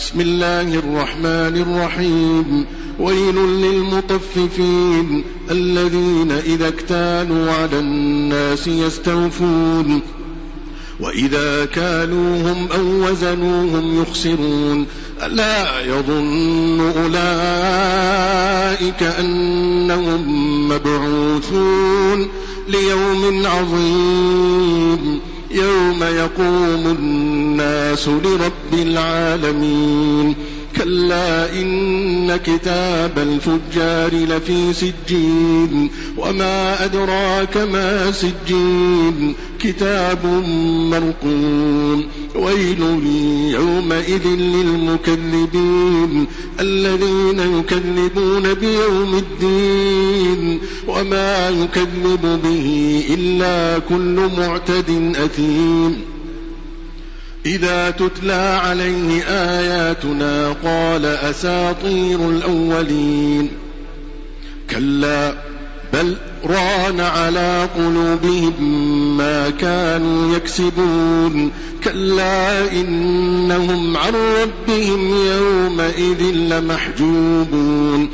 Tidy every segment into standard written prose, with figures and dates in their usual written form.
بسم الله الرحمن الرحيم. ويل للمطففين الذين إذا اكتالوا على الناس يستوفون وإذا كالوهم أو وزنوهم يخسرون ألا يظن أولئك أنهم مبعوثون ليوم عظيم يوم يقوم الناس لرب العالمين. كلا إن كتاب الفجار لفي سجين وما أدراك ما سجين كتاب مرقوم. ويل يومئذ للمكذبين الذين يكذبون بيوم الدين وما يكذب به إلا كل معتد أثيم. إذا تتلى عليه آياتنا قال أساطير الأولين. كلا بل ران على قلوبهم ما كانوا يكسبون. كلا إنهم عن ربهم يومئذ لمحجوبون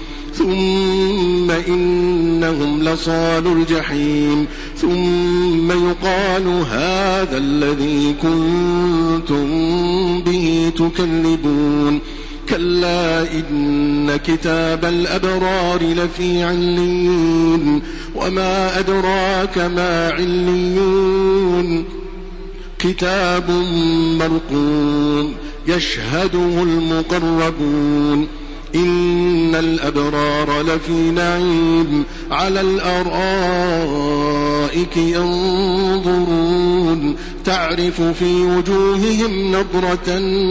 ثم إنهم لصالوا الجحيم ثم يقال هذا الذي كنتم به تكذبون. كلا إن كتاب الأبرار لفي عليين وما أدراك ما عليون كتاب مرقوم يشهده المقربون. إن الأبرار لفي نعيم على الأرائك ينظرون تعرف في وجوههم نضرة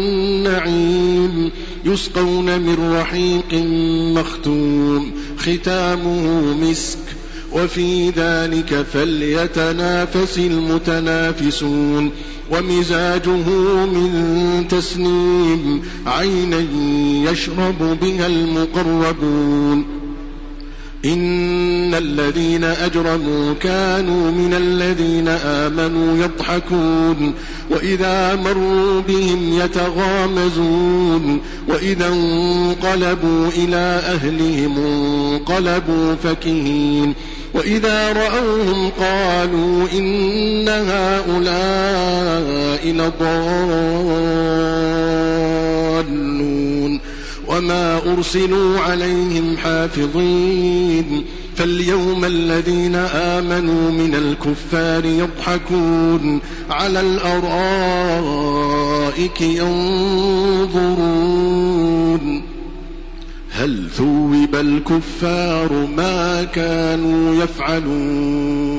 النعيم يسقون من رحيق مختوم ختامه مسك وفي ذلك فليتنافس المتنافسون. ومزاجه من تسنيم عينا يشرب بها المقربون. إن الذين أجرموا كانوا من الذين آمنوا يضحكون وإذا مروا بهم يتغامزون وإذا انقلبوا إلى أهلهم انقلبوا فكهين وإذا رأوهم قالوا إن هؤلاء لضالون وما أرسلوا عليهم حافظين. فاليوم الذين آمنوا من الكفار يضحكون على الأرائك ينظرون هل ثوب الكفار ما كانوا يفعلون.